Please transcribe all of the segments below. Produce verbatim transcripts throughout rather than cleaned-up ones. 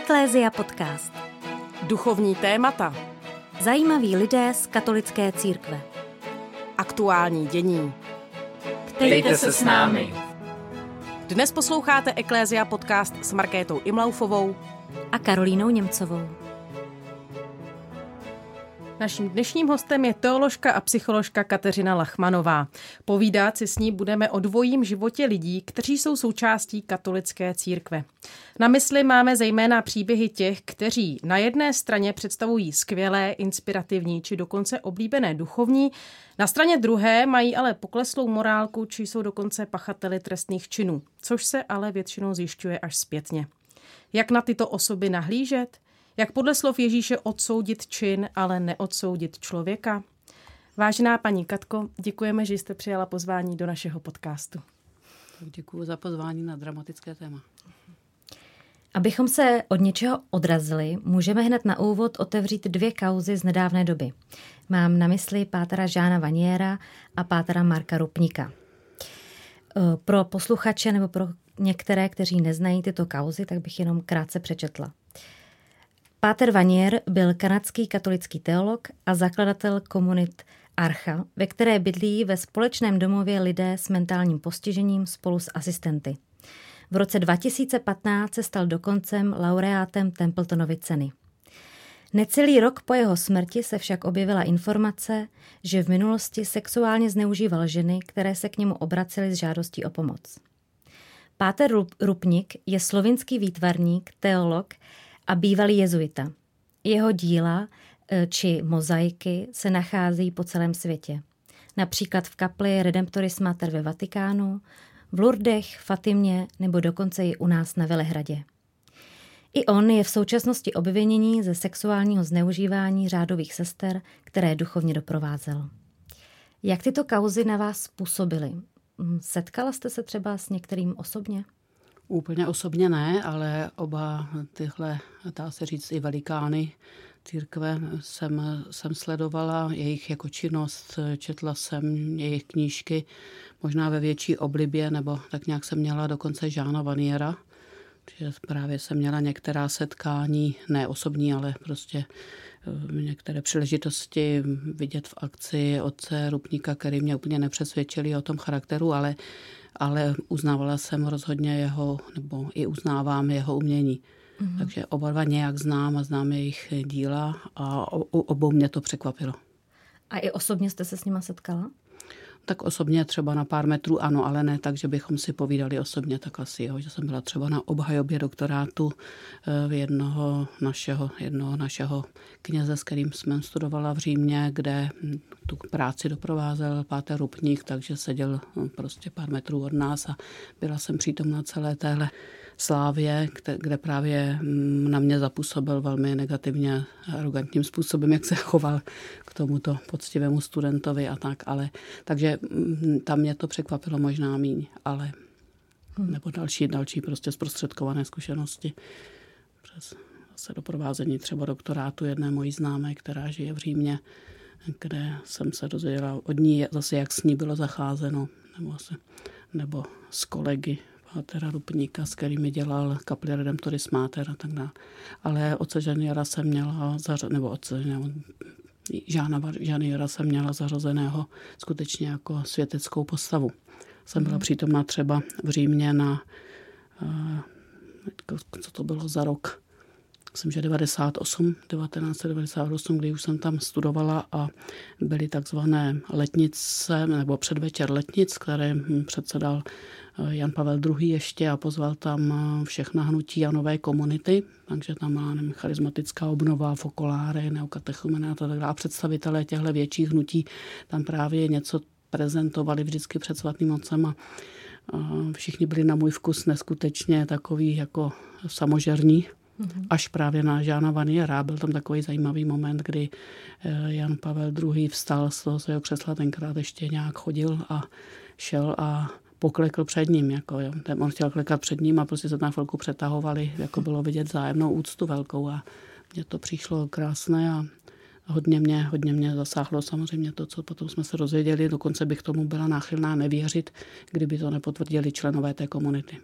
Eklézia podcast. Duchovní témata. Zajímaví lidé z katolické církve. Aktuální dění. Ptejte se s námi. Dnes posloucháte Eklézia podcast s Markétou Imlaufovou a Karolínou Němcovou. Naším dnešním hostem je teoložka a psycholožka Kateřina Lachmanová. Povídat si s ní budeme o dvojím životě lidí, kteří jsou součástí katolické církve. Na mysli máme zejména příběhy těch, kteří na jedné straně představují skvělé, inspirativní či dokonce oblíbené duchovní, na straně druhé mají ale pokleslou morálku či jsou dokonce pachateli trestných činů, což se ale většinou zjišťuje až zpětně. Jak na tyto osoby nahlížet? Jak podle slov Ježíše odsoudit čin, ale neodsoudit člověka? Vážená paní Katko, děkujeme, že jste přijala pozvání do našeho podcastu. Děkuji za pozvání na dramatické téma. Abychom se od něčeho odrazili, můžeme hned na úvod otevřít dvě kauzy z nedávné doby. Mám na mysli pátera Žána Vaniera a pátera Marka Rupníka. Pro posluchače nebo pro některé, kteří neznají tyto kauzy, tak bych jenom krátce přečetla. Páter Vanier byl kanadský katolický teolog a zakladatel komunit Archa, ve které bydlí ve společném domově lidé s mentálním postižením spolu s asistenty. V roce dva tisíce patnáct se stal dokonce laureátem Templetonovy ceny. Necelý rok po jeho smrti se však objevila informace, že v minulosti sexuálně zneužíval ženy, které se k němu obracely s žádostí o pomoc. Páter Rupník je slovinský výtvarník, teolog a bývalý jezuita. Jeho díla či mozaiky se nachází po celém světě. Například v kapli Redemptoris Mater ve Vatikánu, v Lourdech, Fatimě nebo dokonce i u nás na Velehradě. I on je v současnosti obviněný ze sexuálního zneužívání řádových sester, které duchovně doprovázel. Jak tyto kauzy na vás působily? Setkala jste se třeba s některým osobně? Úplně osobně ne, ale oba tyhle, dá se říct, i velikány církve jsem, jsem sledovala, jejich jako činnost, četla jsem jejich knížky, možná ve větší oblibě, nebo tak nějak jsem měla dokonce Žána Vaniera, že právě jsem měla některá setkání, ne osobní, ale prostě některé příležitosti vidět v akci otce Rupníka, který mě úplně nepřesvědčili o tom charakteru, ale ale uznávala jsem rozhodně jeho, nebo i uznávám jeho umění. Mm-hmm. Takže oba dva nějak znám a znám jejich díla a obou mě to překvapilo. A i osobně jste se s nima setkala? Tak osobně třeba na pár metrů ano, ale ne tak, že bychom si povídali osobně, tak asi jo, že jsem byla třeba na obhajobě doktorátu v jednoho našeho, jednoho našeho kněze, s kterým jsme studovala v Římě, kde tu práci doprovázel páter Rupník, takže seděl prostě pár metrů od nás a byla jsem přítomna celé téhle slávě, kde právě na mě zapůsobil velmi negativně, arrogantním způsobem, jak se choval k tomuto poctivému studentovi a tak, ale takže tam mě to překvapilo možná míň, ale nebo další, další prostě zprostředkované zkušenosti přes zase doprovázení třeba doktorátu jedné mojí známé, která žije v Římě, kde jsem se dozvěděla od ní zase, jak s ní bylo zacházeno, nebo, se, nebo s kolegy pátera Rupníka, s kterými dělal kapli Redemptoris Mater a tak dále. Ale otce Žaniera jsem měla, nebo otce Žána Žaniera jsem měla zařazeného skutečně jako světeckou postavu. Jsem byla přítomna třeba v Římě na, co to bylo za rok, myslím, že devadesát osm, devatenáct set devadesát osm, kdy už jsem tam studovala a byly takzvané letnice, nebo předvečer letnic, které předsedal Jan Pavel druhý. ještě a pozval tam všechna hnutí a nové komunity, takže tam byla nevím, charismatická obnova, fokoláry, neokatechumená a tak dále. A představitelé těchto větších hnutí tam právě něco prezentovali vždycky před svatým otcem a všichni byli na můj vkus neskutečně takový jako samožerní. Až právě na Žána Vaniera. Byl tam takový zajímavý moment, kdy Jan Pavel druhý. vstal z toho svého křesla, tenkrát ještě nějak chodil a šel a poklekl před ním. Jako, jo. On chtěl klekat před ním a prostě se tam chvilku přetahovali, jako bylo vidět vzájemnou úctu velkou a mně to přišlo krásné a hodně mě, hodně mě zasáhlo samozřejmě to, co potom jsme se dozvěděli. Dokonce bych tomu byla náchylná nevěřit, kdyby to nepotvrdili členové té komunity.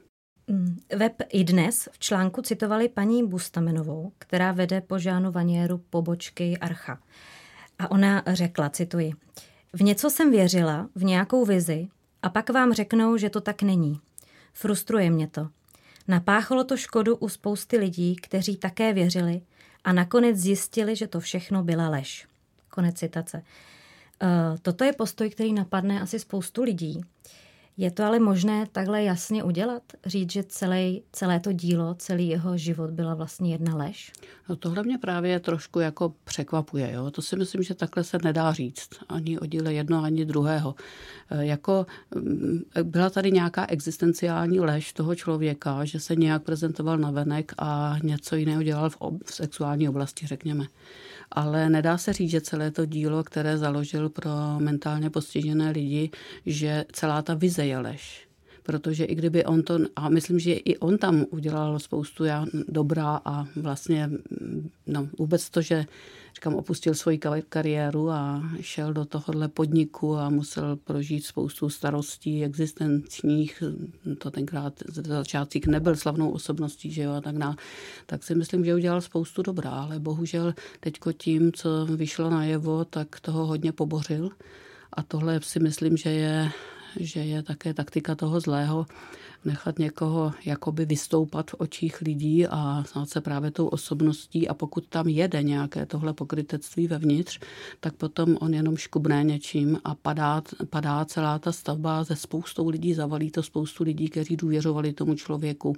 Web iDnes v článku citovali paní Bustamenovou, která vede po Jeanu Vaniéru pobočky Archa. A ona řekla, cituji, v něco jsem věřila, v nějakou vizi, a pak vám řeknou, že to tak není. Frustruje mě to. Napáchalo to škodu u spousty lidí, kteří také věřili a nakonec zjistili, že to všechno byla lež. Konec citace. Uh, toto je postoj, který napadne asi spoustu lidí. Je to ale možné takhle jasně udělat? Říct, že celé, celé to dílo, celý jeho život byla vlastně jedna lež? No tohle mě právě trošku jako překvapuje. Jo? To si myslím, že takhle se nedá říct. Ani o díle jedno, ani druhého. E, jako byla tady nějaká existenciální lež toho člověka, že se nějak prezentoval navenek a něco jiného dělal v, ob- v sexuální oblasti, řekněme. Ale nedá se říct, že celé to dílo, které založil pro mentálně postižené lidi, že celá ta vize je lež. Protože i kdyby on to, a myslím, že i on tam udělal spoustu dobrá a vlastně no, vůbec to, že říkám, opustil svoji kariéru a šel do tohohle podniku a musel prožít spoustu starostí existenčních, to tenkrát v začátcích nebyl slavnou osobností, že jo, a tak dále, tak si myslím, že udělal spoustu dobrá, ale bohužel teďko tím, co vyšlo najevo, tak toho hodně pobořil a tohle si myslím, že je že je také taktika toho zlého, nechat někoho jakoby vystoupat v očích lidí a stát se právě tou osobností a pokud tam jede nějaké tohle pokrytectví vevnitř, tak potom on jenom škubne něčím a padá, padá celá ta stavba ze spoustou lidí, zavalí to spoustu lidí, kteří důvěřovali tomu člověku.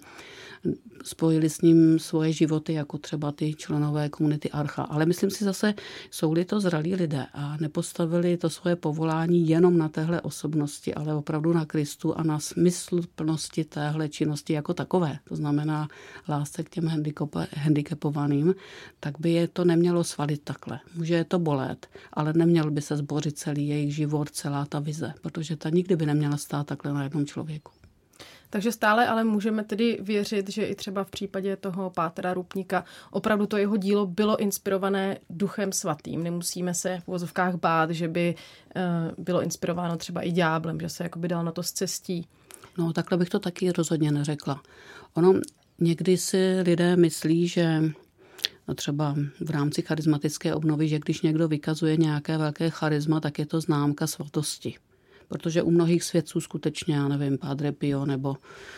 Spojili s ním svoje životy, jako třeba ty členové komunity Archa. Ale myslím si zase, jsou-li to zralí lidé a nepostavili to svoje povolání jenom na téhle osobnosti, ale opravdu na Kristu a na smysluplnosti téhle činnosti jako takové. To znamená lásce k těm handicapovaným, tak by je to nemělo svalit takhle. Může je to bolet, ale neměl by se zbořit celý jejich život, celá ta vize, protože ta nikdy by neměla stát takhle na jednom člověku. Takže stále ale můžeme tedy věřit, že i třeba v případě toho Pátra Rupníka opravdu to jeho dílo bylo inspirované Duchem Svatým. Nemusíme se v uvozovkách bát, že by bylo inspirováno třeba i ďáblem, že se jakoby dal na to z cestí. No takhle bych to taky rozhodně neřekla. Ono někdy si lidé myslí, že no třeba v rámci charismatické obnovy, že když někdo vykazuje nějaké velké charisma, tak je to známka svatosti. Protože u mnohých svědců skutečně, já nevím, Padre Pio nebo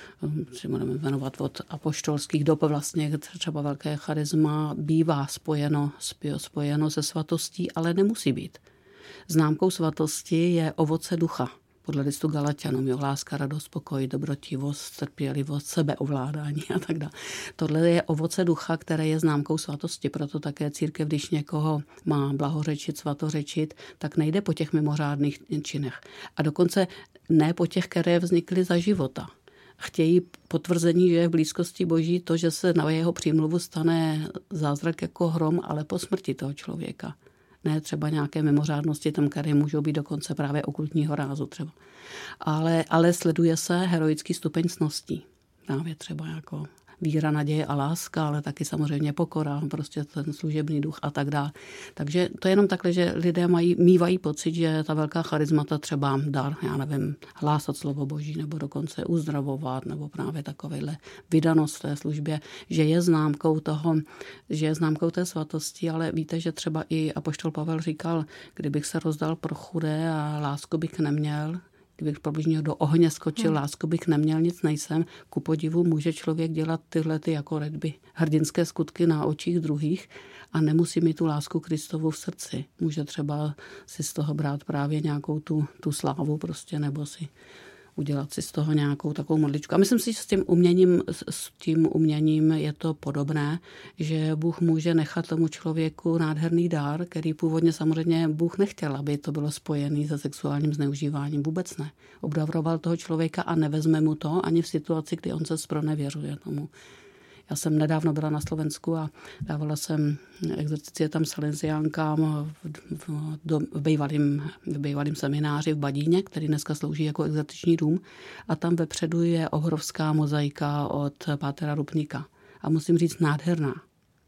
si budeme jmenovat od apoštolských dob vlastně třeba velké charisma bývá spojeno, spojeno se svatostí, ale nemusí být. Známkou svatosti je ovoce ducha. Podle listu Galatianům, jo, láska, radost, pokoj, dobrotivost, trpělivost, sebeovládání a tak dále. Tohle je ovoce ducha, které je známkou svatosti, proto také církev, když někoho má blahořečit, svatořečit, tak nejde po těch mimořádných činech. A dokonce ne po těch, které vznikly za života. Chtějí potvrzení, že je v blízkosti Boží to, že se na jeho přímluvu stane zázrak jako hrom, ale po smrti toho člověka. Ne třeba nějaké mimořádnosti tam, které můžou být dokonce právě okultního rázu třeba. Ale, ale sleduje se heroický stupeň cností. Právě třeba jako víra, naděje a láska, ale taky samozřejmě pokora, prostě ten služebný duch a tak dále. Takže to je jenom takhle, že lidé mají, mívají pocit, že ta velká charismata třeba dar, já nevím, hlásat slovo Boží nebo dokonce uzdravovat nebo právě takovejhle vydanost v té službě, že je známkou toho, že je známkou té svatosti, ale víte, že třeba i apoštol Pavel říkal, kdybych se rozdal pro chudé a lásku bych neměl, kdybych pobližně do ohně skočil, hmm. lásku bych neměl, nic nejsem. Ku podivu může člověk dělat tyhle ty jako redby, hrdinské skutky na očích druhých a nemusí mít tu lásku Kristovu v srdci. Může třeba si z toho brát právě nějakou tu, tu slávu prostě, nebo si udělat si z toho nějakou takovou modličku. A myslím si, že s tím uměním, s tím uměním je to podobné, že Bůh může nechat tomu člověku nádherný dár, který původně samozřejmě Bůh nechtěl, aby to bylo spojené se sexuálním zneužíváním. Vůbec ne. Obdaroval toho člověka a nevezme mu to ani v situaci, kdy on se zpronevěřuje tomu. Já jsem nedávno byla na Slovensku a dávala jsem exercicie tam salesiánkám v, v, v, bývalým, v bývalým semináři v Badíně, který dneska slouží jako exerciční dům. A tam vepředu je obrovská mozaika od Pátera Rupníka. A musím říct nádherná.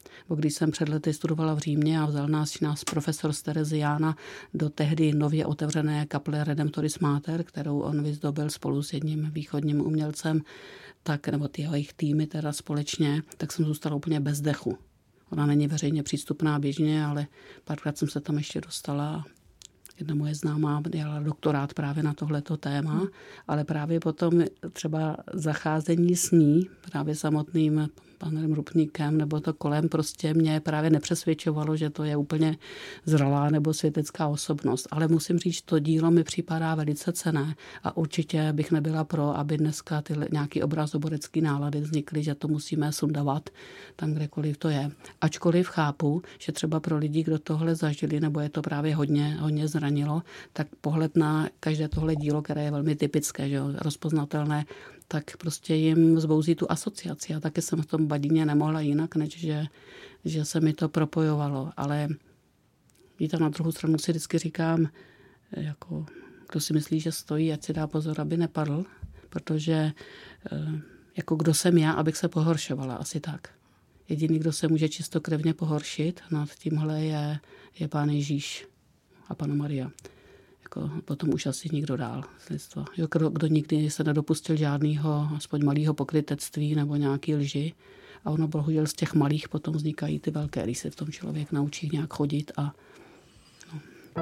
Bo když jsem před lety studovala v Římě a vzal nás, nás profesor z Tereziána do tehdy nově otevřené kaple Redemptoris Mater, kterou on vyzdobil spolu s jedním východním umělcem, tak, nebo ty jejich týmy teda společně, tak jsem zůstala úplně bez dechu. Ona není veřejně přístupná běžně, ale párkrát jsem se tam ještě dostala. Jedna moje známá dělala doktorát právě na tohleto téma, hmm. ale právě potom třeba zacházení s ní, právě samotným panem Rupníkem nebo to kolem, prostě mě právě nepřesvědčovalo, že to je úplně zralá nebo světecká osobnost. Ale musím říct, to dílo mi připadá velice cenné a určitě bych nebyla pro, aby dneska ty nějaký obrazoborecký nálady vznikly, že to musíme sundavat tam, kdekoliv to je. Ačkoliv chápu, že třeba pro lidi, kdo tohle zažili, nebo je to právě hodně, hodně zranilo, tak pohled na každé tohle dílo, které je velmi typické, že jo, rozpoznatelné, tak prostě jim zbouzí tu asociaci. A taky jsem v tom Badíně nemohla jinak, než že, že se mi to propojovalo. Ale víte, na druhou stranu si vždycky říkám, jako, kdo si myslí, že stojí, ať si dá pozor, aby nepadl, protože jako kdo jsem já, abych se pohoršovala, asi tak. Jediný, kdo se může čistokrevně pohoršit nad tímhle je, je Pán Ježíš a Panna Maria. Jako potom už asi nikdo dál z lidstva. Jo, kdo, kdo nikdy se nedopustil žádného, aspoň malého pokrytectví nebo nějaký lži. A ono bohužel z těch malých potom vznikají ty velké, když se v tom člověk naučí nějak chodit a no.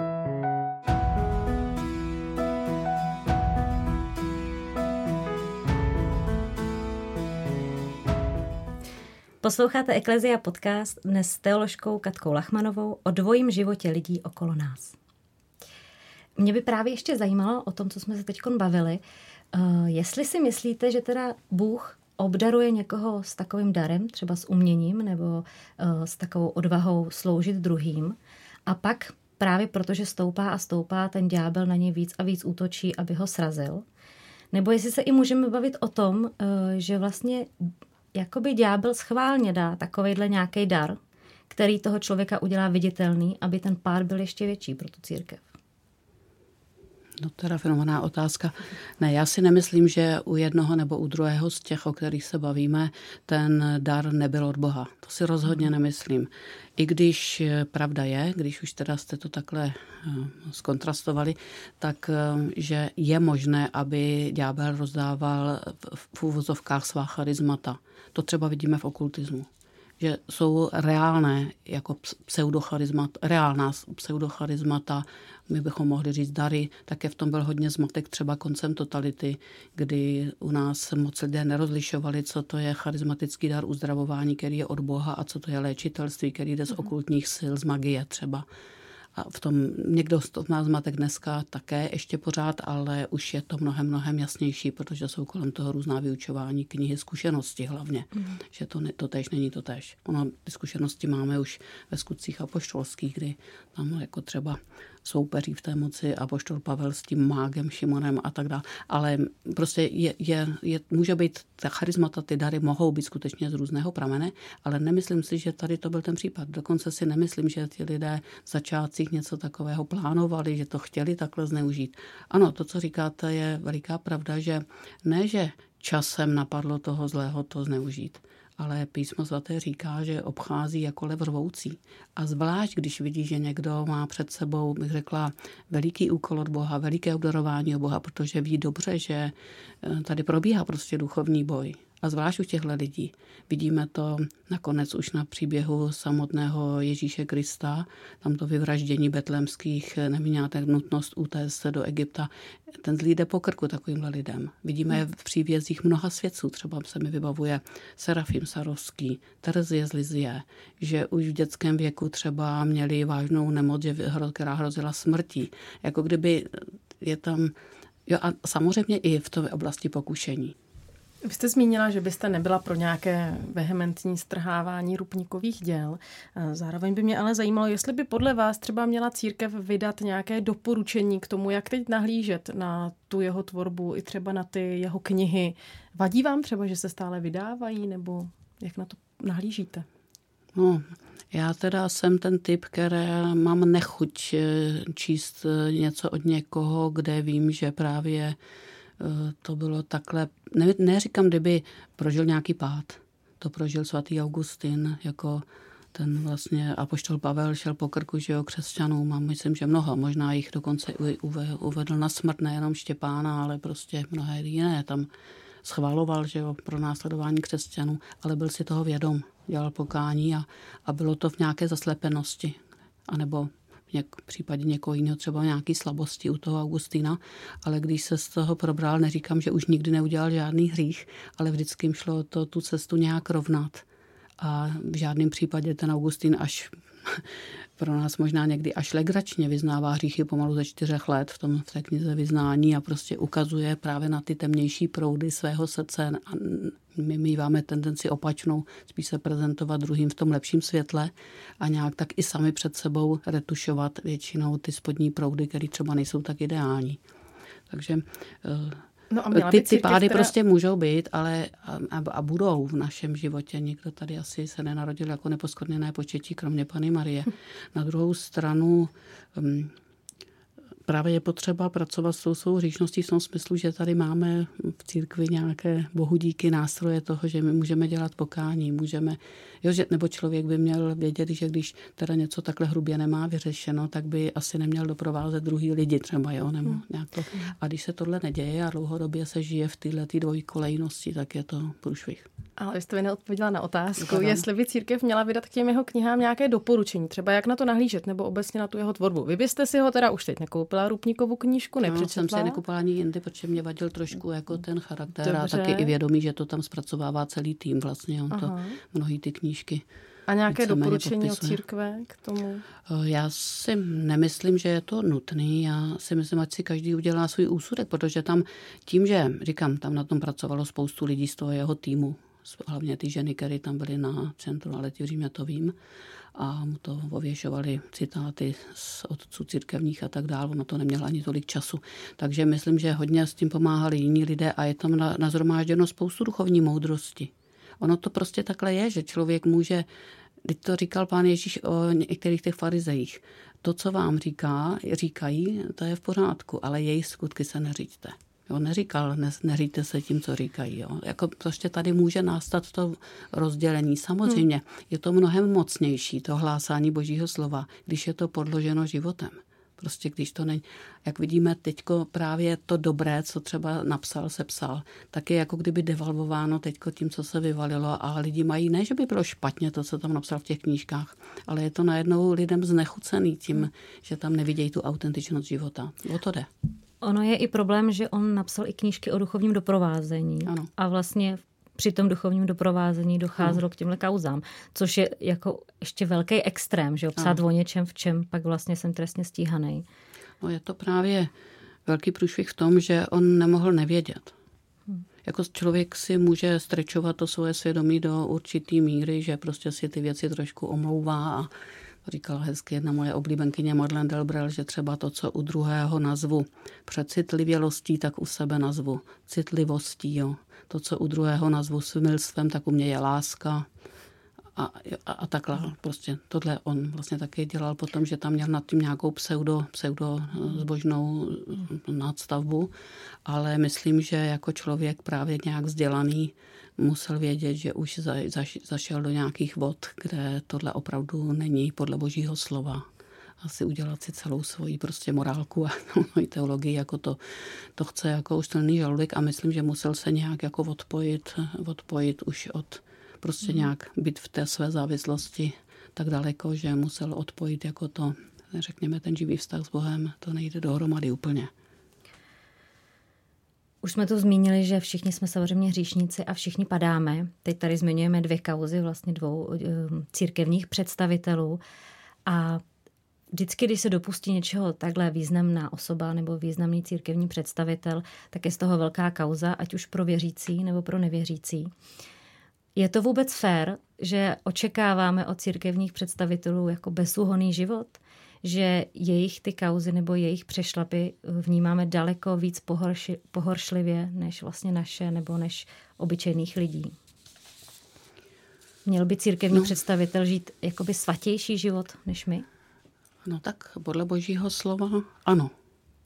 Posloucháte Eklezia podcast dnes s teoložkou Katkou Lachmanovou o dvojím životě lidí okolo nás. Mě by právě ještě zajímalo o tom, co jsme se teď bavili, uh, jestli si myslíte, že teda Bůh obdaruje někoho s takovým darem, třeba s uměním nebo uh, s takovou odvahou sloužit druhým a pak právě protože stoupá a stoupá, ten ďábel na něj víc a víc útočí, aby ho srazil. Nebo jestli se i můžeme bavit o tom, uh, že vlastně jakoby ďábel schválně dá takovejhle nějaký dar, který toho člověka udělá viditelný, aby ten pád byl ještě větší pro tu církev. No to je rafinovaná otázka. Ne, já si nemyslím, že u jednoho nebo u druhého z těch, o kterých se bavíme, ten dar nebyl od Boha. To si rozhodně nemyslím. I když pravda je, když už teda jste to takhle zkontrastovali, tak že je možné, aby ďábel rozdával v úvozovkách svá charizmata. To třeba vidíme v okultismu. Že jsou reálné jako pseudocharizmata, reálná pseudocharizmata, my bychom mohli říct dary, také v tom byl hodně zmatek třeba koncem totality, kdy u nás moc lidé nerozlišovali, co to je charizmatický dar uzdravování, který je od Boha a co to je léčitelství, který jde z okultních sil, z magie třeba. A v tom někdo to má zmatek dneska také ještě pořád, ale už je to mnohem, mnohem jasnější, protože jsou kolem toho různá vyučování, knihy, zkušenosti hlavně, mm. že to, ne, to též není to též. Ono, ty zkušenosti máme už ve skutcích apoštolských, kdy tam jako třeba soupeří v té moci apoštol Pavel s tím mágem Šimonem a tak dále. Ale prostě je, je, je, může být, ta charizmata, ty dary mohou být skutečně z různého pramene, ale nemyslím si, že tady to byl ten případ. Dokonce si nemyslím, že ti lidé v začátcích něco takového plánovali, že to chtěli takhle zneužít. Ano, to, co říkáte, je veliká pravda, že ne, že časem napadlo toho zlého to zneužít, ale písmo svaté říká, že obchází jako lev rvoucí. A zvlášť, když vidí, že někdo má před sebou, bych řekla, veliký úkol od Boha, veliké obdarování od Boha, protože ví dobře, že tady probíhá prostě duchovní boj. A zvlášť u těchto lidí. Vidíme to nakonec už na příběhu samotného Ježíše Krista. Tam to vyvraždění betlémských neměla tak nutnost utéct se do Egypta. Ten zlý jde po krku takovýmhle lidem. Vidíme v příbězích mnoha svědců. Třeba se mi vybavuje Serafim Sarovský, Terezie z Lizie, že už v dětském věku třeba měli vážnou nemoc, která hrozila smrtí. Jako kdyby je tam... Jo, a samozřejmě i v té oblasti pokušení. Vy jste zmínila, že byste nebyla pro nějaké vehementní strhávání Rupníkových děl. Zároveň by mě ale zajímalo, jestli by podle vás třeba měla církev vydat nějaké doporučení k tomu, jak teď nahlížet na tu jeho tvorbu i třeba na ty jeho knihy. Vadí vám třeba, že se stále vydávají, nebo jak na to nahlížíte? No, já teda jsem ten typ, který mám nechuť číst něco od někoho, kde vím, že právě to bylo takhle, ne, neříkám, kdyby prožil nějaký pád. To prožil svatý Augustin jako ten vlastně apoštol Pavel šel po krku, že jo, křesťanům a myslím, že mnoho, možná jich dokonce uvedl na smrt, nejenom Štěpána, ale prostě mnohé jiné tam schvaloval, že jo, pro následování křesťanů, ale byl si toho vědom, dělal pokání a, a bylo to v nějaké zaslepenosti, anebo v něk, v případě někoho jiného třeba nějaké slabosti u toho Augustína, ale když se z toho probral, neříkám, že už nikdy neudělal žádný hřích, ale vždycky jim šlo to tu cestu nějak rovnat. A v žádném případě ten Augustín až pro nás možná někdy až legračně vyznává hříchy pomalu ze čtyřech let v, tom, v té knize Vyznání a prostě ukazuje právě na ty temnější proudy svého srdce a my míváme tendenci opačnou, spíš se prezentovat druhým v tom lepším světle a nějak tak i sami před sebou retušovat většinou ty spodní proudy, které třeba nejsou tak ideální. Takže no a ty, ty pády která... prostě můžou být, ale a, a budou v našem životě. Nikdo tady asi se nenarodil jako neposkvrněné početí, kromě Panny Marie. Na druhou stranu um, právě je potřeba pracovat s tou svou hříšností v tom smyslu, že tady máme v církvi nějaké bohudíky, nástroje toho, že my můžeme dělat pokání, můžeme, jo, že, nebo člověk by měl vědět, že když teda něco takhle hrubě nemá vyřešeno, tak by asi neměl doprovázet druhý lidi třeba, jo, nebo hmm. nějak to. A když se tohle neděje a dlouhodobě se žije v této dvojkolejnosti, tak je to průšvih. Ale vy jste mi neodpověděla na otázku, Ukladám. jestli by církev měla vydat k těm jeho knihám nějaké doporučení, třeba jak na to nahlížet, nebo obecně na tu jeho tvorbu. Vy byste si ho teda už teď nekoupila Rupníkovu knížku, nepřečetla? No, jsem si nekupovala ani jindy, protože mě vadil trošku jako ten charakter Dobře. a taky i vědomí, že to tam zpracovává celý tým vlastně, on Aha. to mnohý ty knížky. A nějaké doporučení od církve k tomu? Já si nemyslím, že je to nutný. Já si myslím, ať si každý udělá svůj úsudek, protože tam tím, že, říkám, tam na tom pracovalo spoustu lidí z toho jeho týmu, hlavně ty ženy, které tam byly na centru, ale ty v Římě to vím, a mu to ověšovali citáty z otců církevních a tak dále. Ono to nemělo ani tolik času. Takže myslím, že hodně s tím pomáhali jiní lidé a je tam nazhromážděno spoustu duchovní moudrosti. Ono to prostě takhle je, že člověk může, teď to říkal pán Ježíš o některých těch farizejích, to, co vám říká, říkají, to je v pořádku, ale jejich skutky se neříďte. Jo, neříkal, ne, neříďte se tím, co říkají. Jo. Jako prostě tady může nastat to rozdělení. Samozřejmě hmm. je to mnohem mocnější, to hlásání Božího slova, když je to podloženo životem. Prostě když to není, jak vidíme teďko právě to dobré, co třeba napsal, sepsal, tak je jako kdyby devalvováno teďko tím, co se vyvalilo a lidi mají, ne, že by bylo špatně to, co tam napsal v těch knížkách, ale je to najednou lidem znechucený tím, že tam nevidějí tu autentičnost života. O to jde. Ono je i problém, že on napsal i knížky o duchovním doprovázení. Ano. A vlastně při tom duchovním doprovázení docházelo ano. k těmhle kauzám, což je jako ještě velký extrém, že obsát o něčem, v čem pak vlastně jsem trestně stíhaný. No je to právě velký průšvih v tom, že on nemohl nevědět. Hmm. Jako člověk si může strečovat to svoje svědomí do určitý míry, že prostě si ty věci trošku omlouvá a říkala hezky jedna moje oblíbenkyně Madeleine Delbrel, že třeba to, co u druhého nazvu přecitlivělostí, tak u sebe nazvu citlivostí. Jo. To, co u druhého nazvu smilstvem, tak u mě je láska. A, a, a takhle prostě tohle on vlastně taky dělal potom, že tam měl nad tím nějakou pseudo, pseudo zbožnou nadstavbu, ale myslím, že jako člověk právě nějak vzdělaný musel vědět, že už za, za, zašel do nějakých vod, kde tohle opravdu není podle Božího slova. Asi udělat si celou svoji prostě morálku a teologii, jako to, to chce jako už silný žaludek a myslím, že musel se nějak jako odpojit, odpojit už od prostě nějak být v té své závislosti tak daleko, že musel odpojit jako to, řekněme, ten živý vztah s Bohem, to nejde dohromady úplně. Už jsme tu zmínili, že všichni jsme samozřejmě hříšníci a všichni padáme. Teď tady zmiňujeme dvě kauzy, vlastně dvou církevních představitelů a vždycky, když se dopustí něčeho takhle významná osoba nebo významný církevní představitel, tak je z toho velká kauza, ať už pro věřící nebo pro nevěřící. Je to vůbec fér, že očekáváme od církevních představitelů jako bezúhonný život? Že jejich ty kauzy nebo jejich přešlapy vnímáme daleko víc pohorši, pohoršlivě než vlastně naše nebo než obyčejných lidí? Měl by církevní no. představitel žít jakoby svatější život než my? No tak podle Božího slova ano.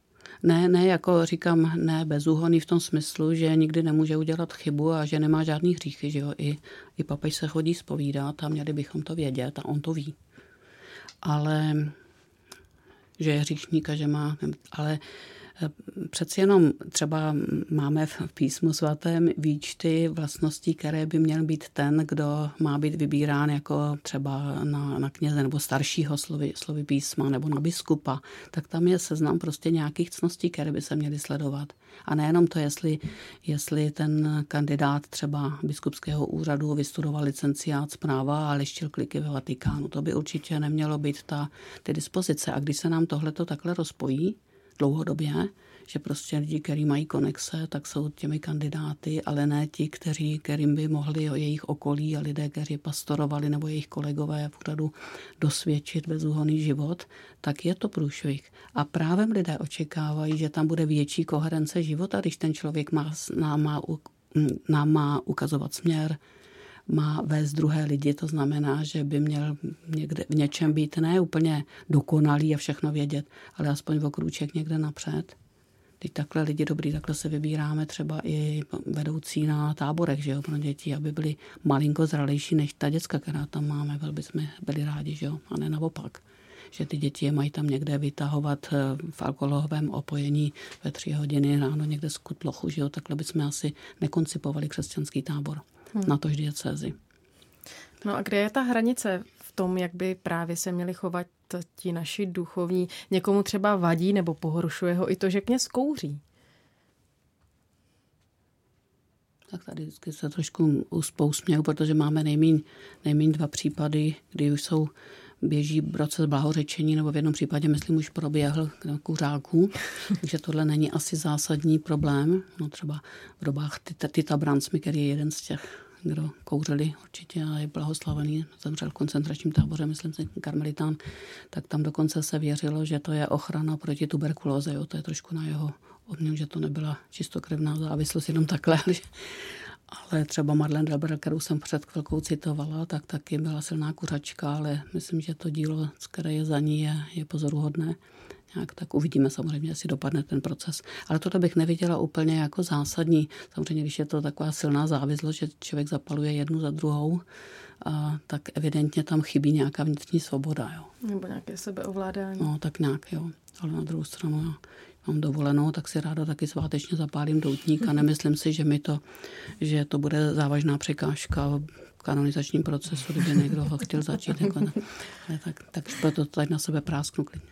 Ne, ne, jako říkám, ne bezúhonný v tom smyslu, že nikdy nemůže udělat chybu a že nemá žádný hříchy, že jo. I, i papež se chodí zpovídat a měli bychom to vědět a on to ví. Ale že je hříšník a že má, ale přeci jenom třeba máme v písmu svatém výčty vlastností, které by měl být ten, kdo má být vybírán jako třeba na, na kněze nebo staršího slovy, slovy písma nebo na biskupa, tak tam je seznam prostě nějakých ctností, které by se měly sledovat. A nejenom to, jestli, jestli ten kandidát třeba biskupského úřadu vystudoval licenciát z práva a lištil kliky ve Vatikánu. To by určitě nemělo být ta, ty dispozice. A když se nám tohleto takhle rozpojí, dlouhodobě, že prostě lidi, kteří mají konexe, tak jsou těmi kandidáty, ale ne ti, kteří, kterým by mohli o jejich okolí a lidé, kteří pastorovali nebo jejich kolegové v úřadu dosvědčit bezúhonný život, tak je to průšvih. A právě lidé očekávají, že tam bude větší koherence života, když ten člověk má, nám, má, nám má ukazovat směr, má vést druhé lidi, to znamená, že by měl někde v něčem být ne úplně dokonalý a všechno vědět, ale aspoň o krůček někde napřed. Teď takhle lidi dobrý, takhle se vybíráme třeba i vedoucí na táborech, že jo, pro děti, aby byli malinko zralejší než ta děcka, která tam máme, velmi jsme byli rádi, že jo, a ne naopak. Že ty děti je mají tam někde vytahovat v alkoholovém opojení ve tři hodiny ráno někde z kutlochu, že jo, takhle bychom asi nekoncipovali křesťanský tábor. Hmm. Na tož diecézi. No a kde je ta hranice v tom, jak by právě se měli chovat ti naši duchovní? Někomu třeba vadí nebo pohoršuje ho i to, že kněz kouří. Tak tady vždycky se trošku uspousměju, protože máme nejméně nejméně dva případy, kdy už jsou běží proces blahořečení, nebo v jednom případě, myslím, už proběhl kuřáků, takže tohle není asi zásadní problém. No třeba v dobách Tita Bransmy, který je jeden z těch, kdo kouřili určitě a je blahoslavený, zemřel v koncentračním táboře, myslím si, karmelitán, tak tam dokonce se věřilo, že to je ochrana proti tuberkulóze. Jo, to je trošku na jeho obměnu, že to nebyla čistokrevná závislost, jenom takhle. Ale třeba Madeleine d'Albret, kterou jsem před chvilkou citovala, tak taky byla silná kuřačka, ale myslím, že to dílo, které je za ní, je, je pozoruhodné. Nějak tak uvidíme samozřejmě, jestli dopadne ten proces. Ale toto bych neviděla úplně jako zásadní. Samozřejmě, když je to taková silná závislost, že člověk zapaluje jednu za druhou, a tak evidentně tam chybí nějaká vnitřní svoboda. Jo. Nebo nějaké sebeovládání. No, tak nějak, jo. Ale na druhou stranu, jo. Mám dovolenou, tak si ráda taky svátečně zapálím doutník a nemyslím si, že mi to, že to bude závažná překážka v kanonizačním procesu, kdyby někdo ho chtěl začít. Jako ne, tak, tak proto tady na sebe prásknu klidně.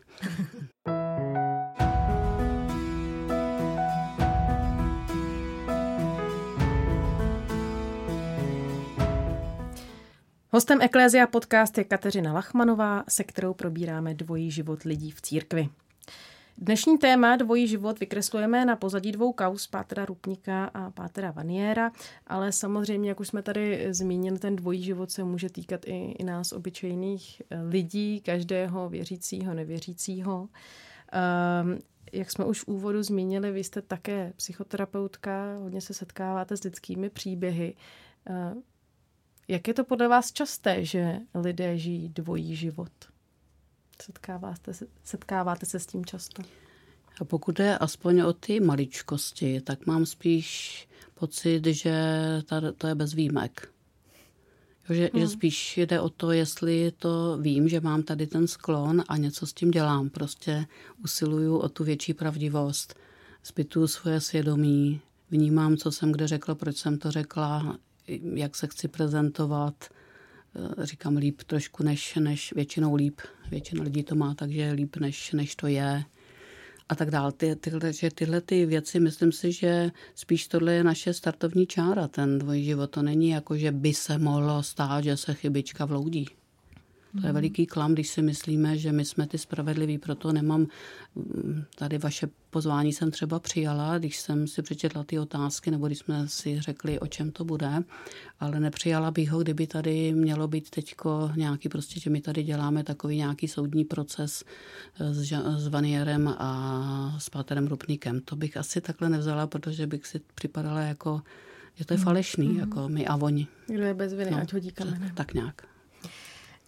Hostem Eklézia podcast je Kateřina Lachmanová, se kterou probíráme dvojí život lidí v církvi. Dnešní téma dvojí život vykreslujeme na pozadí dvou kauz pátera Rupníka a pátera Vaniéra, ale samozřejmě, jak už jsme tady zmínili, ten dvojí život se může týkat i, i nás, obyčejných lidí, každého věřícího, nevěřícího. Um, jak jsme už v úvodu zmínili, vy jste také psychoterapeutka, hodně se setkáváte s lidskými příběhy. Uh, jak je to podle vás časté, že lidé žijí dvojí život? Setkáváte se, setkáváte se s tím často? A pokud je aspoň o ty maličkosti, tak mám spíš pocit, že to je bez výjimek. Že, hmm. že spíš jde o to, jestli to vím, že mám tady ten sklon a něco s tím dělám. Prostě usiluju o tu větší pravdivost, zpytuju svoje svědomí, vnímám, co jsem kde řekla, proč jsem to řekla, jak se chci prezentovat. Říkám líp trošku než, než většinou líp. Většina lidí to má, takže líp než, než to je. A tak dále. Ty, tyhle, že tyhle ty věci, myslím si, že spíš tohle je naše startovní čára, ten dvojí život. To není jako, že by se mohlo stát, že se chybička vloudí. To je veliký klam, když si myslíme, že my jsme ty spravedliví, proto nemám, tady vaše pozvání jsem třeba přijala, když jsem si přečetla ty otázky, nebo když jsme si řekli, o čem to bude, ale nepřijala bych ho, kdyby tady mělo být teďko nějaký, prostě, že my tady děláme takový nějaký soudní proces s, s Vaniérem a s páterem Rupníkem. To bych asi takhle nevzala, protože bych si připadala jako, že to je falešný, mm. jako my a oni. Kdo je bez viny, no, ať hodí kamenem. Tak nějak.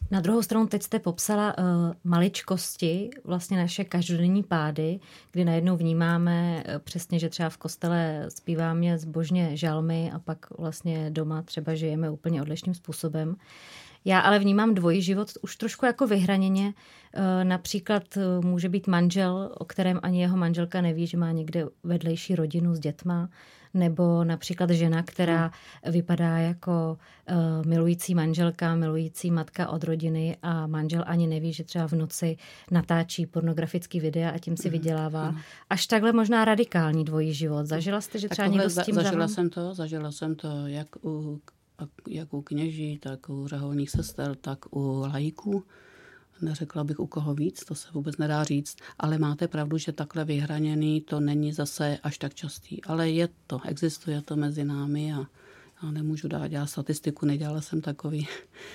Na druhou stranu teď jste popsala uh, maličkosti, vlastně naše každodenní pády, kdy najednou vnímáme uh, přesně, že třeba v kostele zpíváme zbožně žalmy a pak vlastně doma třeba žijeme úplně odlišným způsobem. Já ale vnímám dvojí život už trošku jako vyhraněně. Například může být manžel, o kterém ani jeho manželka neví, že má někde vedlejší rodinu s dětma, nebo například žena, která vypadá jako milující manželka, milující matka od rodiny a manžel ani neví, že třeba v noci natáčí pornografický videa a tím si vydělává. Až takhle možná radikální dvojí život. Zažila jste, že třeba někdo s tím zažila zavam... jsem to, zažila jsem to jak u jak u kněží, tak u řeholních sester, tak u laiků. Neřekla bych u koho víc, to se vůbec nedá říct, ale máte pravdu, že takhle vyhraněný to není zase až tak častý. Ale je to, existuje to mezi námi a já nemůžu dát já statistiku, nedělala jsem takový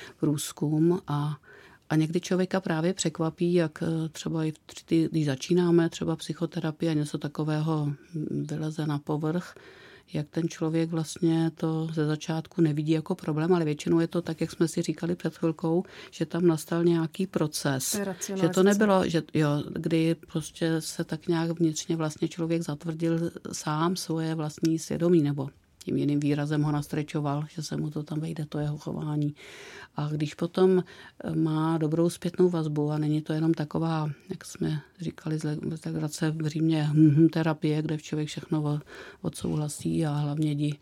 průzkum a, a někdy člověka právě překvapí, jak třeba i když začínáme třeba psychoterapie a něco takového vyleze na povrch, jak ten člověk vlastně to ze začátku nevidí jako problém, ale většinou je to tak, jak jsme si říkali před chvilkou, že tam nastal nějaký proces. Že to nebylo, že jo, kdy prostě se tak nějak vnitřně vlastně člověk zatvrdil sám svoje vlastní svědomí, nebo tím jiným výrazem ho nastrečoval, že se mu to tam vejde, to jeho chování. A když potom má dobrou zpětnou vazbu a není to jenom taková, jak jsme říkali z legrace v Římě, hm, terapie, kde člověk všechno odsouhlasí a hlavně jdi,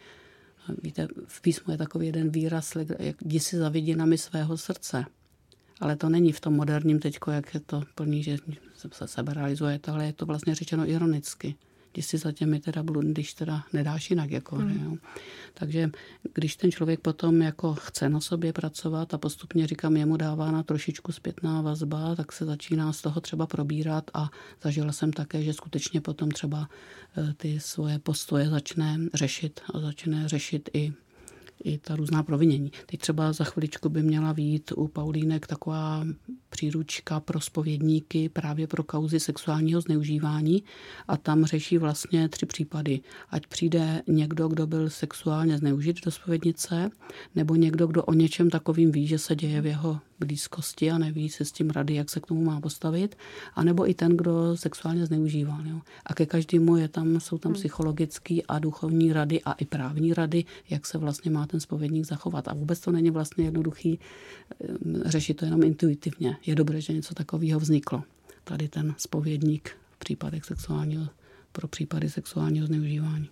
víte, v písmu je takový jeden výraz, jak jdi si za vidinami svého srdce. Ale to není v tom moderním teďko, jak je to plný, že se seberealizuje, ale je to vlastně řečeno ironicky. Když si za těmi teda blud, když teda nedáš jinak. Jako, hmm. jo. Takže když ten člověk potom jako chce na sobě pracovat a postupně, říkám, jemu dává na trošičku zpětná vazba, tak se začíná z toho třeba probírat a zažila jsem také, že skutečně potom třeba ty svoje postoje začne řešit a začne řešit i i ta různá provinění. Teď třeba za chviličku by měla vyjít u Paulínek taková příručka pro zpovědníky právě pro kauzy sexuálního zneužívání a tam řeší vlastně tři případy. Ať přijde někdo, kdo byl sexuálně zneužit do zpovědnice, nebo někdo, kdo o něčem takovým ví, že se děje v jeho blízkosti a neví si s tím rady, jak se k tomu má postavit, anebo i ten, kdo sexuálně zneužíval. Jo. A ke každému je tam, jsou tam psychologické a duchovní rady a i právní rady, jak se vlastně má ten zpovědník zachovat. A vůbec to není vlastně jednoduchý řešit to jenom intuitivně. Je dobré, že něco takového vzniklo. Tady ten zpovědník v případech sexuálního, pro případy sexuálního zneužívání.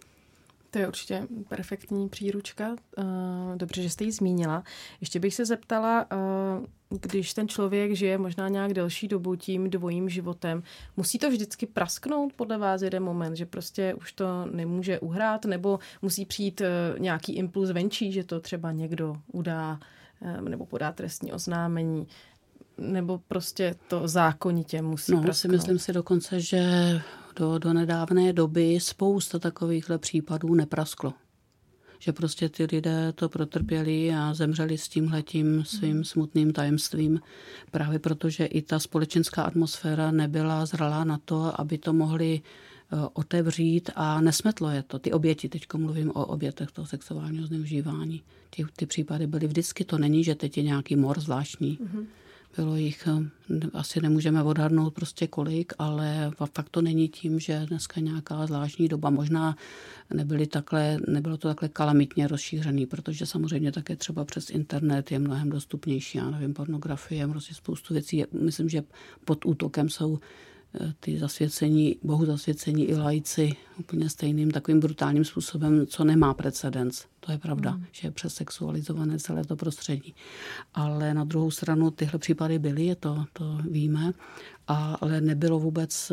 To je určitě perfektní příručka. Dobře, že jste ji zmínila. Ještě bych se zeptala, když ten člověk žije možná nějak delší dobu tím dvojím životem, musí to vždycky prasknout podle vás jeden moment, že prostě už to nemůže uhrát, nebo musí přijít nějaký impuls venčí, že to třeba někdo udá nebo podá trestní oznámení, nebo prostě to zákonitě musí no, prasknout? Si myslím si dokonce, že do, do nedávné doby spousta takovýchhle případů neprasklo. Že prostě ty lidé to protrpěli a zemřeli s tímhletím svým smutným tajemstvím. Právě protože i ta společenská atmosféra nebyla zralá na to, aby to mohli otevřít a nesmetlo je to. Ty oběti, teďko mluvím o obětech toho sexuálního zneužívání. Ty, ty případy byly vždycky, to není, že teď je nějaký mor zvláštní. Mm-hmm. Bylo jich, asi nemůžeme odhadnout prostě kolik, ale fakt to není tím, že dneska nějaká zvláštní doba. Možná nebyly takhle, nebylo to takhle kalamitně rozšířený, protože samozřejmě také třeba přes internet je mnohem dostupnější. Já nevím, pornografie, prostě spoustu věcí. Myslím, že pod útokem jsou ty zasvěcení, bohu zasvěcení i laici úplně stejným takovým brutálním způsobem, co nemá precedens. To je pravda, mm. že je přesexualizované celé to prostředí. Ale na druhou stranu tyhle případy byly, je to, to víme, a, ale nebylo vůbec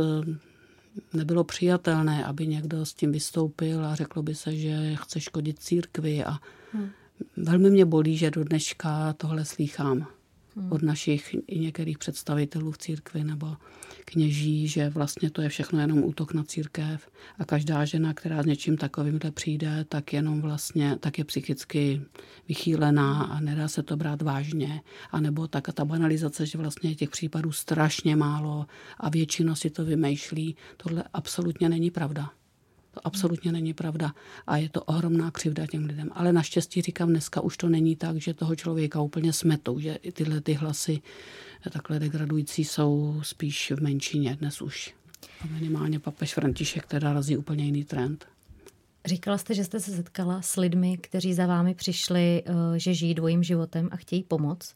nebylo přijatelné, aby někdo s tím vystoupil a řeklo by se, že chce škodit církvi. A mm. velmi mě bolí, že do dneška tohle slýchám. Hmm. od našich i některých představitelů v církvi nebo kněží, že vlastně to je všechno jenom útok na církev a každá žena, která s něčím takovýmhle přijde, tak jenom vlastně, tak je psychicky vychýlená a nedá se to brát vážně. A nebo tak ta banalizace, že vlastně je těch případů strašně málo a většina si to vymýšlí. Tohle absolutně není pravda. To absolutně není pravda a je to ohromná křivda těm lidem. Ale naštěstí říkám, dneska už to není tak, že toho člověka úplně smetou, že tyhle ty hlasy takhle degradující jsou spíš v menšině dnes už. A minimálně papež František teda razí úplně jiný trend. Říkala jste, že jste se setkala s lidmi, kteří za vámi přišli, že žijí dvojím životem a chtějí pomoc.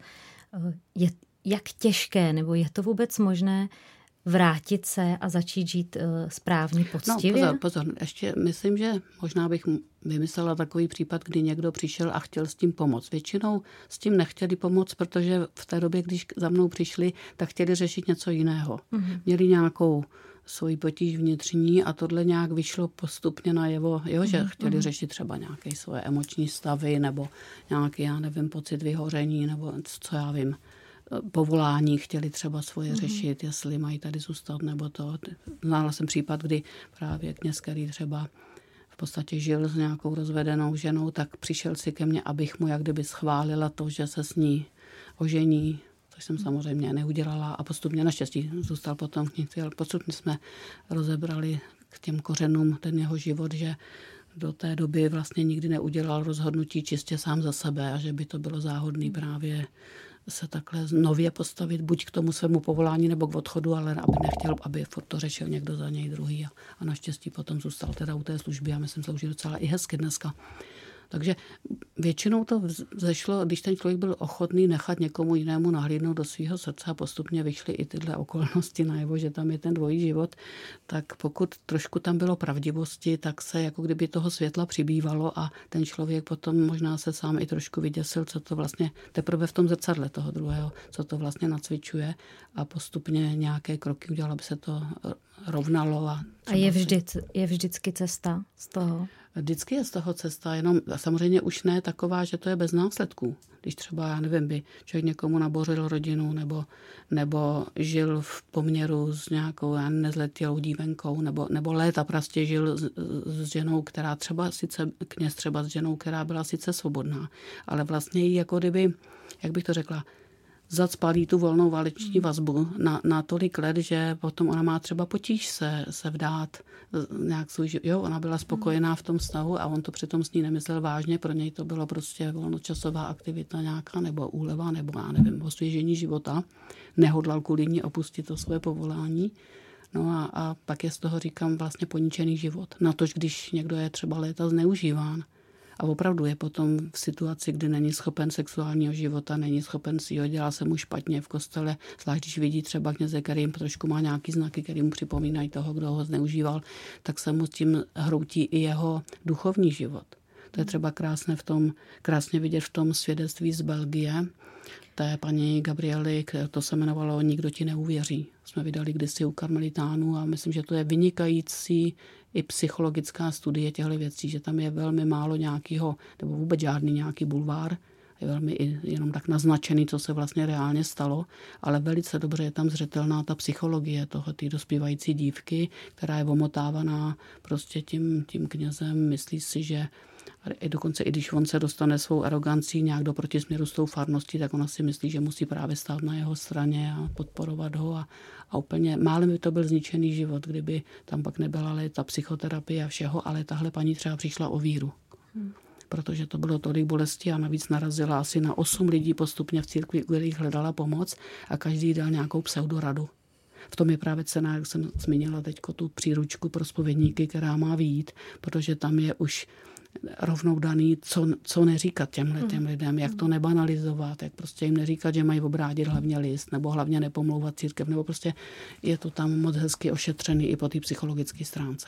Je jak těžké, nebo je to vůbec možné vrátit se a začít žít správně, poctivě? No pozor, pozor. Ještě myslím, že možná bych vymyslela takový případ, kdy někdo přišel a chtěl s tím pomoct. Většinou s tím nechtěli pomoct, protože v té době, když za mnou přišli, tak chtěli řešit něco jiného. Mm-hmm. Měli nějakou svoji potíž vnitřní a tohle nějak vyšlo postupně najevo, jo, že mm-hmm. chtěli řešit třeba nějaké svoje emoční stavy nebo nějaký, já nevím, pocit vyhoření nebo co já vím, povolání, chtěli třeba svoje mm-hmm. řešit, jestli mají tady zůstat nebo to. Znala jsem případ, kdy právě kněz, který třeba v podstatě žil s nějakou rozvedenou ženou, tak přišel si ke mně, abych mu jak kdyby schválila to, že se s ní ožení, což jsem samozřejmě neudělala a postupně naštěstí zůstal potom v knižci, ale postupně jsme rozebrali k těm kořenům ten jeho život, že do té doby vlastně nikdy neudělal rozhodnutí čistě sám za sebe a že by to bylo záhodný právě se takhle nově postavit buď k tomu svému povolání nebo k odchodu, ale aby nechtěl, aby furt to řešil někdo za něj druhý. A, a naštěstí potom zůstal teda u té služby a myslím, slouží docela i hezky dneska. Takže většinou to vzešlo, když ten člověk byl ochotný nechat někomu jinému nahlídnout do svého srdce a postupně vyšly i tyhle okolnosti najevo, že tam je ten dvojí život, tak pokud trošku tam bylo pravdivosti, tak se jako kdyby toho světla přibývalo a ten člověk potom možná se sám i trošku vyděsil, co to vlastně teprve v tom zrcadle toho druhého, co to vlastně nacvičuje a postupně nějaké kroky udělal, aby se to rovnalo. A, a je, vždy, je vždycky cesta z toho? Vždycky je z toho cesta, jenom samozřejmě už ne taková, že to je bez následků. Když třeba, já nevím, by člověk někomu nabořil rodinu nebo, nebo žil v poměru s nějakou já nezletilou dívenkou nebo, nebo léta prostě žil s, s ženou, která třeba sice, kněz třeba s ženou, která byla sice svobodná, ale vlastně jí jako kdyby, jak bych to řekla, zacpalí tu volnou váleční vazbu na, na tolik let, že potom ona má třeba potíž se, se vdát nějak svůj život. Jo, ona byla spokojená v tom vztahu a on to přitom s ní nemyslel vážně, pro něj to bylo prostě volnočasová aktivita nějaká nebo úleva, nebo já nevím, osvěžení života. Nehodlal kvůli ní opustit to své povolání. No a, a pak je z toho, říkám, vlastně poničený život. Natož, když někdo je třeba léta zneužíván. A opravdu je potom v situaci, kdy není schopen sexuálního života, není schopen si ho, dělá se mu špatně v kostele, zvlášť když vidí třeba kněze, který jim trošku má nějaký znaky, který mu připomínají toho, kdo ho zneužíval, tak se mu tím hroutí i jeho duchovní život. To je třeba krásné v tom, krásně vidět v tom svědectví z Belgie, té paní Gabriely, to se jmenovalo Nikdo ti neuvěří. Jsme vydali kdysi u karmelitánů a myslím, že to je vynikající i psychologická studie těchto věcí, že tam je velmi málo nějakého, nebo vůbec žádný nějaký bulvár, je velmi i jenom tak naznačený, co se vlastně reálně stalo, ale velice dobře je tam zřetelná ta psychologie toho, té dospívající dívky, která je omotávaná prostě tím, tím knězem, myslí si, že i dokonce i když on se dostane svou arogancí nějak do protisměru s tou farností, tak ona si myslí, že musí právě stát na jeho straně a podporovat ho a, a úplně málem by to byl zničený život, kdyby tam pak nebyla léta psychoterapie a všeho, ale tahle paní třeba přišla o víru. Hmm. Protože to bylo tolik bolesti a navíc narazila asi na osm lidí postupně v církvi, u kterých hledala pomoc a každý dal nějakou pseudoradu. V tom je právě cena, jak jsem zmínila teď tu příručku pro zpovědníky, která má vyjít, protože tam je už rovnou daný, co, co neříkat těmhle těm lidem, jak to nebanalizovat, jak prostě jim neříkat, že mají obrádit hlavně list, nebo hlavně nepomlouvat církev, nebo prostě je to tam moc hezky ošetřený i po té psychologické stránce.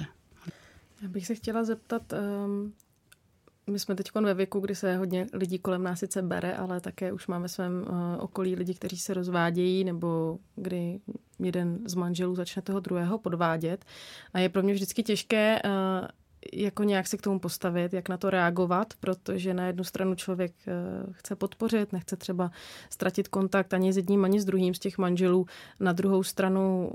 Já bych se chtěla zeptat, um, my jsme teď ve věku, kdy se hodně lidí kolem nás sice bere, ale také už máme ve svém uh, okolí lidi, kteří se rozvádějí, nebo kdy jeden z manželů začne toho druhého podvádět. A je pro mě vždycky těžké uh, jako nějak se k tomu postavit, jak na to reagovat, protože na jednu stranu člověk chce podpořit, nechce třeba ztratit kontakt ani s jedním, ani s druhým z těch manželů. Na druhou stranu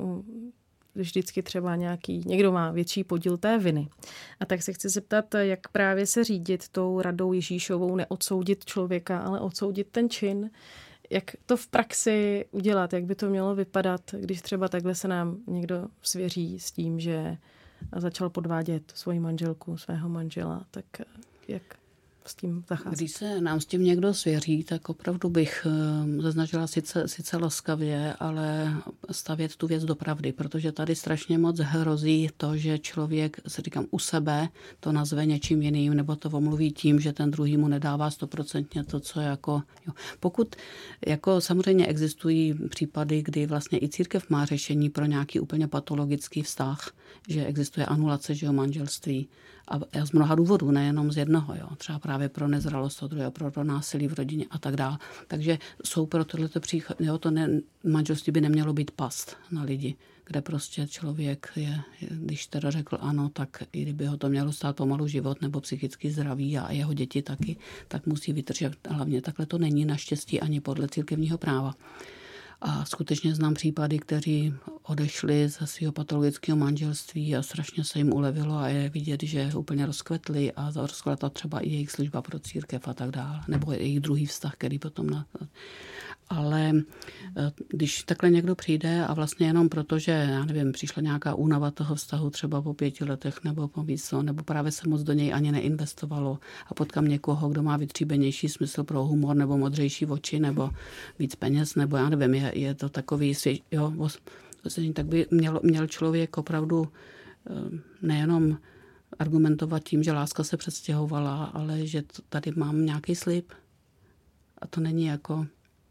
vždycky třeba nějaký, někdo má větší podíl té viny. A tak se chci zeptat, jak právě se řídit tou radou Ježíšovou, neodsoudit člověka, ale odsoudit ten čin. Jak to v praxi udělat, jak by to mělo vypadat, když třeba takhle se nám někdo svěří s tím, že a začal podvádět svoji manželku, svého manžela, tak jak s tím zacházet? Když se nám s tím někdo svěří, tak opravdu bych zaznačila sice, sice laskavě, ale stavět tu věc do pravdy, protože tady strašně moc hrozí to, že člověk, se říkám, u sebe to nazve něčím jiným, nebo to omluví tím, že ten druhý mu nedává stoprocentně to, co jako... Jo. Pokud jako samozřejmě existují případy, kdy vlastně i církev má řešení pro nějaký úplně patologický vztah, že existuje anulace, že jo, manželství. A z mnoha důvodů, nejenom z jednoho, jo. Třeba právě pro nezralost, druhého, pro, pro násilí v rodině a tak dále. Takže jsou pro tohleto příchod, jo, to ne, manželství by nemělo být past na lidi, kde prostě člověk je, když teda řekl ano, tak i kdyby ho to mělo stát pomalu život nebo psychicky zdraví a jeho děti taky, tak musí vytržet. Hlavně takhle to není naštěstí ani podle církevního práva. A skutečně znám případy, kteří odešli ze svého patologického manželství a strašně se jim ulevilo a je vidět, že úplně rozkvetli a rozkvetla třeba i jejich služba pro církev a tak dále. Nebo jejich druhý vztah, který potom... Na... Ale když takhle někdo přijde a vlastně jenom proto, že, já nevím, přišla nějaká únava toho vztahu třeba po pěti letech nebo po víc, nebo právě se moc do něj ani neinvestovalo a potkám někoho, kdo má vytříbenější smysl pro humor nebo modřejší oči nebo víc peněz, nebo já nevím, je, je to takový svět, jo, tak by měl, měl člověk opravdu nejenom argumentovat tím, že láska se přestěhovala, ale že tady mám nějaký slib a to není jako...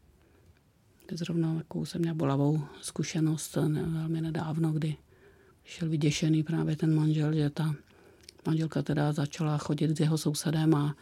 Zrovna jakou jsem měla bolavou zkušenost ne, velmi nedávno, kdy šel vyděšený právě ten manžel, že ta manželka teda začala chodit s jeho sousedem a,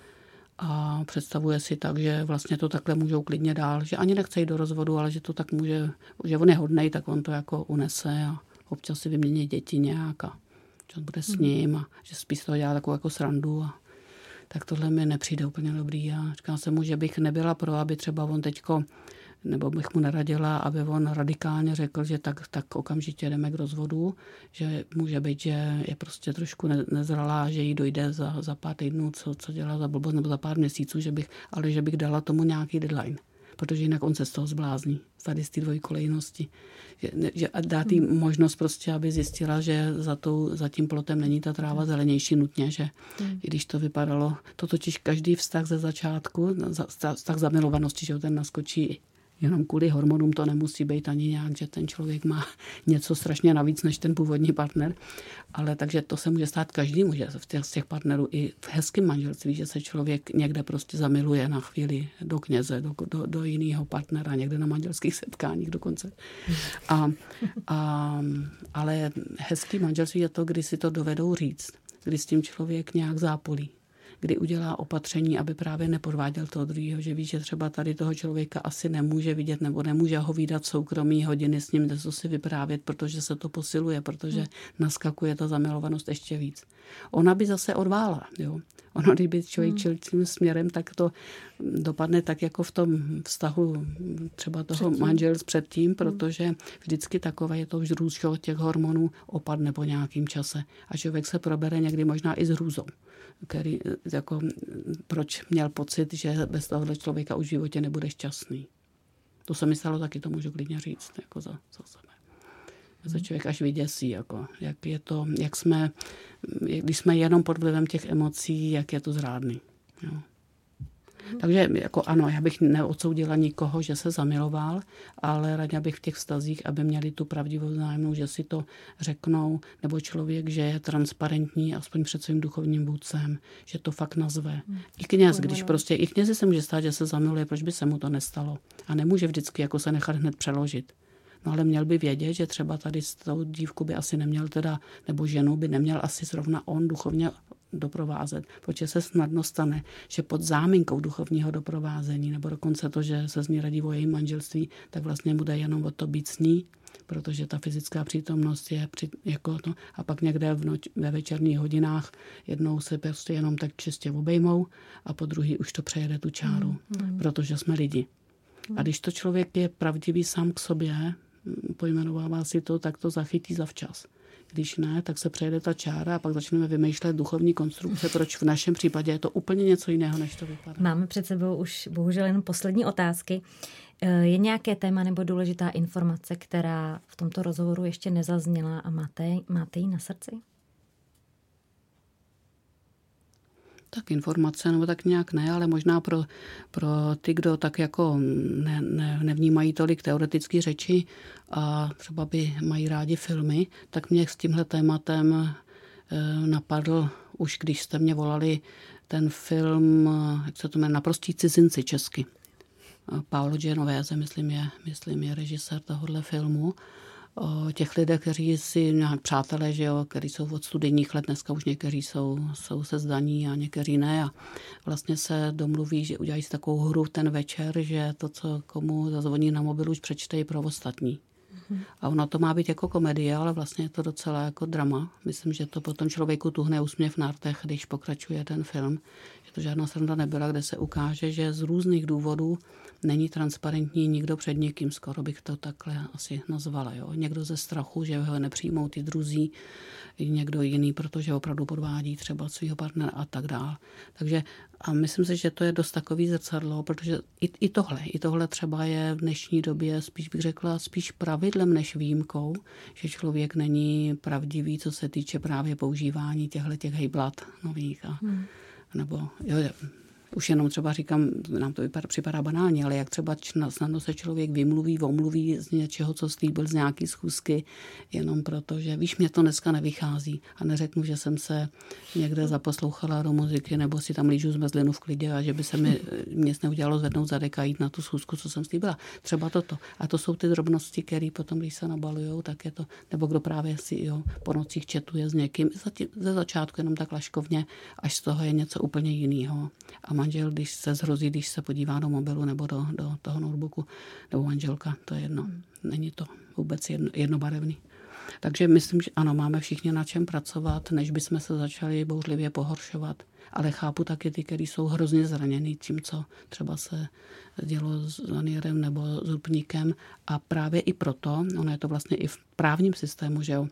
a představuje si tak, že vlastně to takhle můžou klidně dál, že ani nechce jít do rozvodu, ale že to tak může, že on je hodnej, tak on to jako unese a občas si vymění děti nějak a že bude s ním a že spíš toho dělá takovou jako srandu a tak tohle mi nepřijde úplně dobrý a říkám se mu, že bych nebyla pro, aby třeba on teďko nebo bych mu neradila, aby on radikálně řekl, že tak, tak okamžitě jdeme k rozvodu, že může být, že je prostě trošku nezralá, že jí dojde za, za pár týdnů, co, co dělá za blbost, nebo za pár měsíců, že bych, ale že bych dala tomu nějaký deadline, protože jinak on se z toho zblázní, tady z té dvojkolejnosti. Že, že dá tý možnost prostě, aby zjistila, že za, tou, za tím plotem není ta tráva zelenější nutně, že hmm. i když to vypadalo, to totiž každý vztah ze začátku, vztah zamilovanosti, že ten naskočí jenom kvůli hormonům, to nemusí být ani nějak, že ten člověk má něco strašně navíc než ten původní partner. Ale takže to se může stát každému, že v těch, z těch partnerů i v hezkém manželství, že se člověk někde prostě zamiluje na chvíli do kněze, do, do, do jiného partnera, někde na manželských setkáních dokonce. A, a, ale hezký manželství je to, kdy si to dovedou říct, kdy s tím člověk nějak zápolí, kdy udělá opatření, aby právě nepodváděl toho druhého, že ví, že třeba tady toho člověka asi nemůže vidět nebo nemůže ho vídat soukromí hodiny s ním, něco si vyprávět, protože se to posiluje, protože naskakuje ta zamilovanost ještě víc. Ona by zase odvála, jo. Ono, kdyby člověk čil tím směrem, tak to dopadne tak jako v tom vztahu třeba toho předtím. manžel předtím, protože vždycky takové je to už růst těch hormonů opadne po nějakým čase a člověk se probere někdy možná i s hrůzou, který jako, proč měl pocit, že bez tohohle člověka už v životě nebude šťastný. To se mi stalo taky, to můžu klidně říct, jako za, za sebe. Se člověk až vyděsí, jako, jak je to, jak jsme, když jsme jenom pod vlivem těch emocí, jak je to zrádný. Jo. Takže jako ano, já bych neodsoudila nikoho, že se zamiloval, ale ráda bych v těch vztazích, aby měli tu pravdivou vzájemnou, že si to řeknou, nebo člověk, že je transparentní, aspoň před svým duchovním vůdcem, že to fakt nazve. I kněz, když prostě, i knězi se může stát, že se zamiluje, proč by se mu to nestalo? A nemůže vždycky jako se nechat hned přeložit. No ale měl by vědět, že třeba tady s tou dívku by asi neměl teda, nebo ženu by neměl asi zrovna on duchovně doprovázet, protože se snadno stane, že pod záminkou duchovního doprovázení, nebo dokonce to, že se z ní radí o jejím manželství, tak vlastně bude jenom o to být s ní, protože ta fyzická přítomnost je při, jako to, a pak někde v noč, ve večerních hodinách jednou se prostě jenom tak čistě obejmou a po druhý už to přejede tu čáru, mm, mm. protože jsme lidi. Mm. A když to člověk je pravdivý sám k sobě, pojmenovává si to, tak to zachytí zavčas. Když ne, tak se přejede ta čára a pak začneme vymýšlet duchovní konstrukce, proč v našem případě je to úplně něco jiného, než to vypadá. Máme před sebou už bohužel jen poslední otázky. Je nějaké téma nebo důležitá informace, která v tomto rozhovoru ještě nezazněla a máte, máte ji na srdci? Tak informace, nebo tak nějak ne, ale možná pro, pro ty, kdo tak jako ne, ne, nevnímají tolik teoretické řeči a třeba by mají rádi filmy, tak mě s tímhle tématem e, napadl, už když jste mě volali, ten film, jak se to jmenuje, Naprostí cizinci česky. Paolo Genovese, myslím je, myslím je režisér tohohle filmu. O těch lidech, kteří si nějak přátelé, že jo, kteří jsou od studijních let, dneska už někteří jsou, jsou se zdaní a někteří ne. A vlastně se domluví, že udělají si takovou hru ten večer, že to, co komu zazvoní na mobilu, už přečte i pro ostatní. Mm-hmm. A ono to má být jako komedie, ale vlastně je to docela jako drama. Myslím, že to potom člověku tuhne úsměv na rtech, když pokračuje ten film. Že to žádná sranda nebyla, kde se ukáže, že z různých důvodů není transparentní nikdo před někým, skoro bych to takhle asi nazvala. Jo? Někdo ze strachu, že ho nepřijmou ty druzí, někdo jiný, protože opravdu podvádí třeba svého partnera a tak dále. Takže a myslím si, že to je dost takový zrcadlo, protože i, i tohle, i tohle třeba je v dnešní době, spíš bych řekla, spíš pravidlem než výjimkou, že člověk není pravdivý, co se týče právě používání těchto těch hejblat nových. A, hmm. Nebo jo, už jenom třeba říkám, nám to vypadá, připadá banálně, ale jak třeba snadno se člověk vymluví, omluví z něčeho, co slíbil z nějaký schůzky, jenom proto, že víš, mě to dneska nevychází a neřeknu, že jsem se někde zaposlouchala do muziky nebo si tam lížu zmrzlinu v klidě a že by se mi nic neudělalo zvednout zadek a jít na tu schůzku, co jsem slíbila. Třeba toto. A to jsou ty drobnosti, které potom, když se nabalujou, tak je to, nebo kdo právě si jo, po nocích četuje s někým, ze začátku jenom tak laškovně, až z toho je něco úplně jiného. A manžel, když se zhrozí, když se podívá do mobilu nebo do, do toho notebooku, nebo manželka, to je jedno. Není to vůbec jedno, jednobarevný. Takže myslím, že ano, máme všichni na čem pracovat, než bychom se začali bouřlivě pohoršovat. Ale chápu taky ty, kteří jsou hrozně zraněný tím, co třeba se dělo s Vanierem nebo s Rupníkem. A právě i proto, ono je to vlastně i v právním systému, že, jo,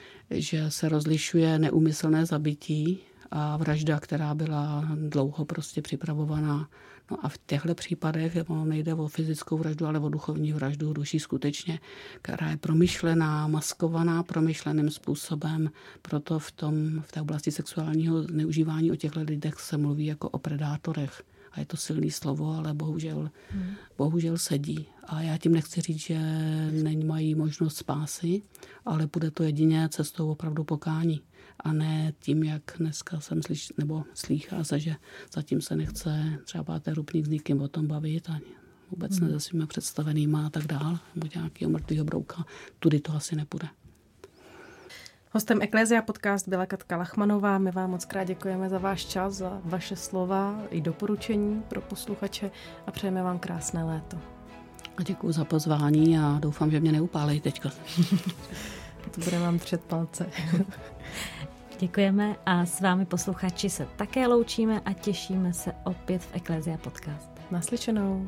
že se rozlišuje neúmyslné zabití a vražda, která byla dlouho prostě připravovaná. No a v těchto případech nejde o fyzickou vraždu, ale o duchovní vraždu duší skutečně, která je promyšlená, maskovaná promyšleným způsobem. Proto v, tom, v té oblasti sexuálního zneužívání o těchto lidech se mluví jako o predátorech. A je to silné slovo, ale bohužel, hmm. bohužel sedí. A já tím nechci říct, že nemají možnost spásy, ale bude to jedině cestou opravdu pokání. A ne tím, jak dneska jsem slyš, nebo slýchá se, že zatím se nechce třeba Páter Rupník s nikým o tom bavit a vůbec hmm. ne se svými představenýma a tak dál, nebo nějakého mrtvýho brouka. Tudy to asi nepůjde. Hostem Eklézia podcast byla Katka Lachmanová. My vám moc krát děkujeme za váš čas, za vaše slova i doporučení pro posluchače a přejeme vám krásné léto. A děkuji za pozvání a doufám, že mě neupálej teďka. To bude vám třet palce. Děkujeme a s vámi posluchači se také loučíme a těšíme se opět v Eklézia podcast. Naslyšenou.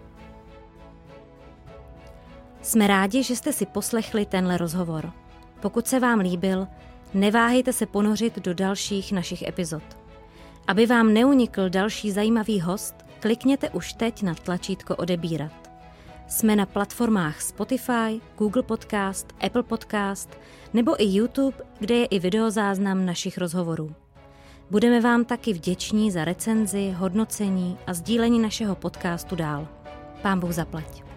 Jsme rádi, že jste si poslechli tenhle rozhovor. Pokud se vám líbil, neváhejte se ponořit do dalších našich epizod. Aby vám neunikl další zajímavý host, klikněte už teď na tlačítko odebírat. Jsme na platformách Spotify, Google Podcast, Apple Podcast nebo i YouTube, kde je i videozáznam našich rozhovorů. Budeme vám taky vděční za recenzi, hodnocení a sdílení našeho podcastu dál. Pán Bůh zaplať.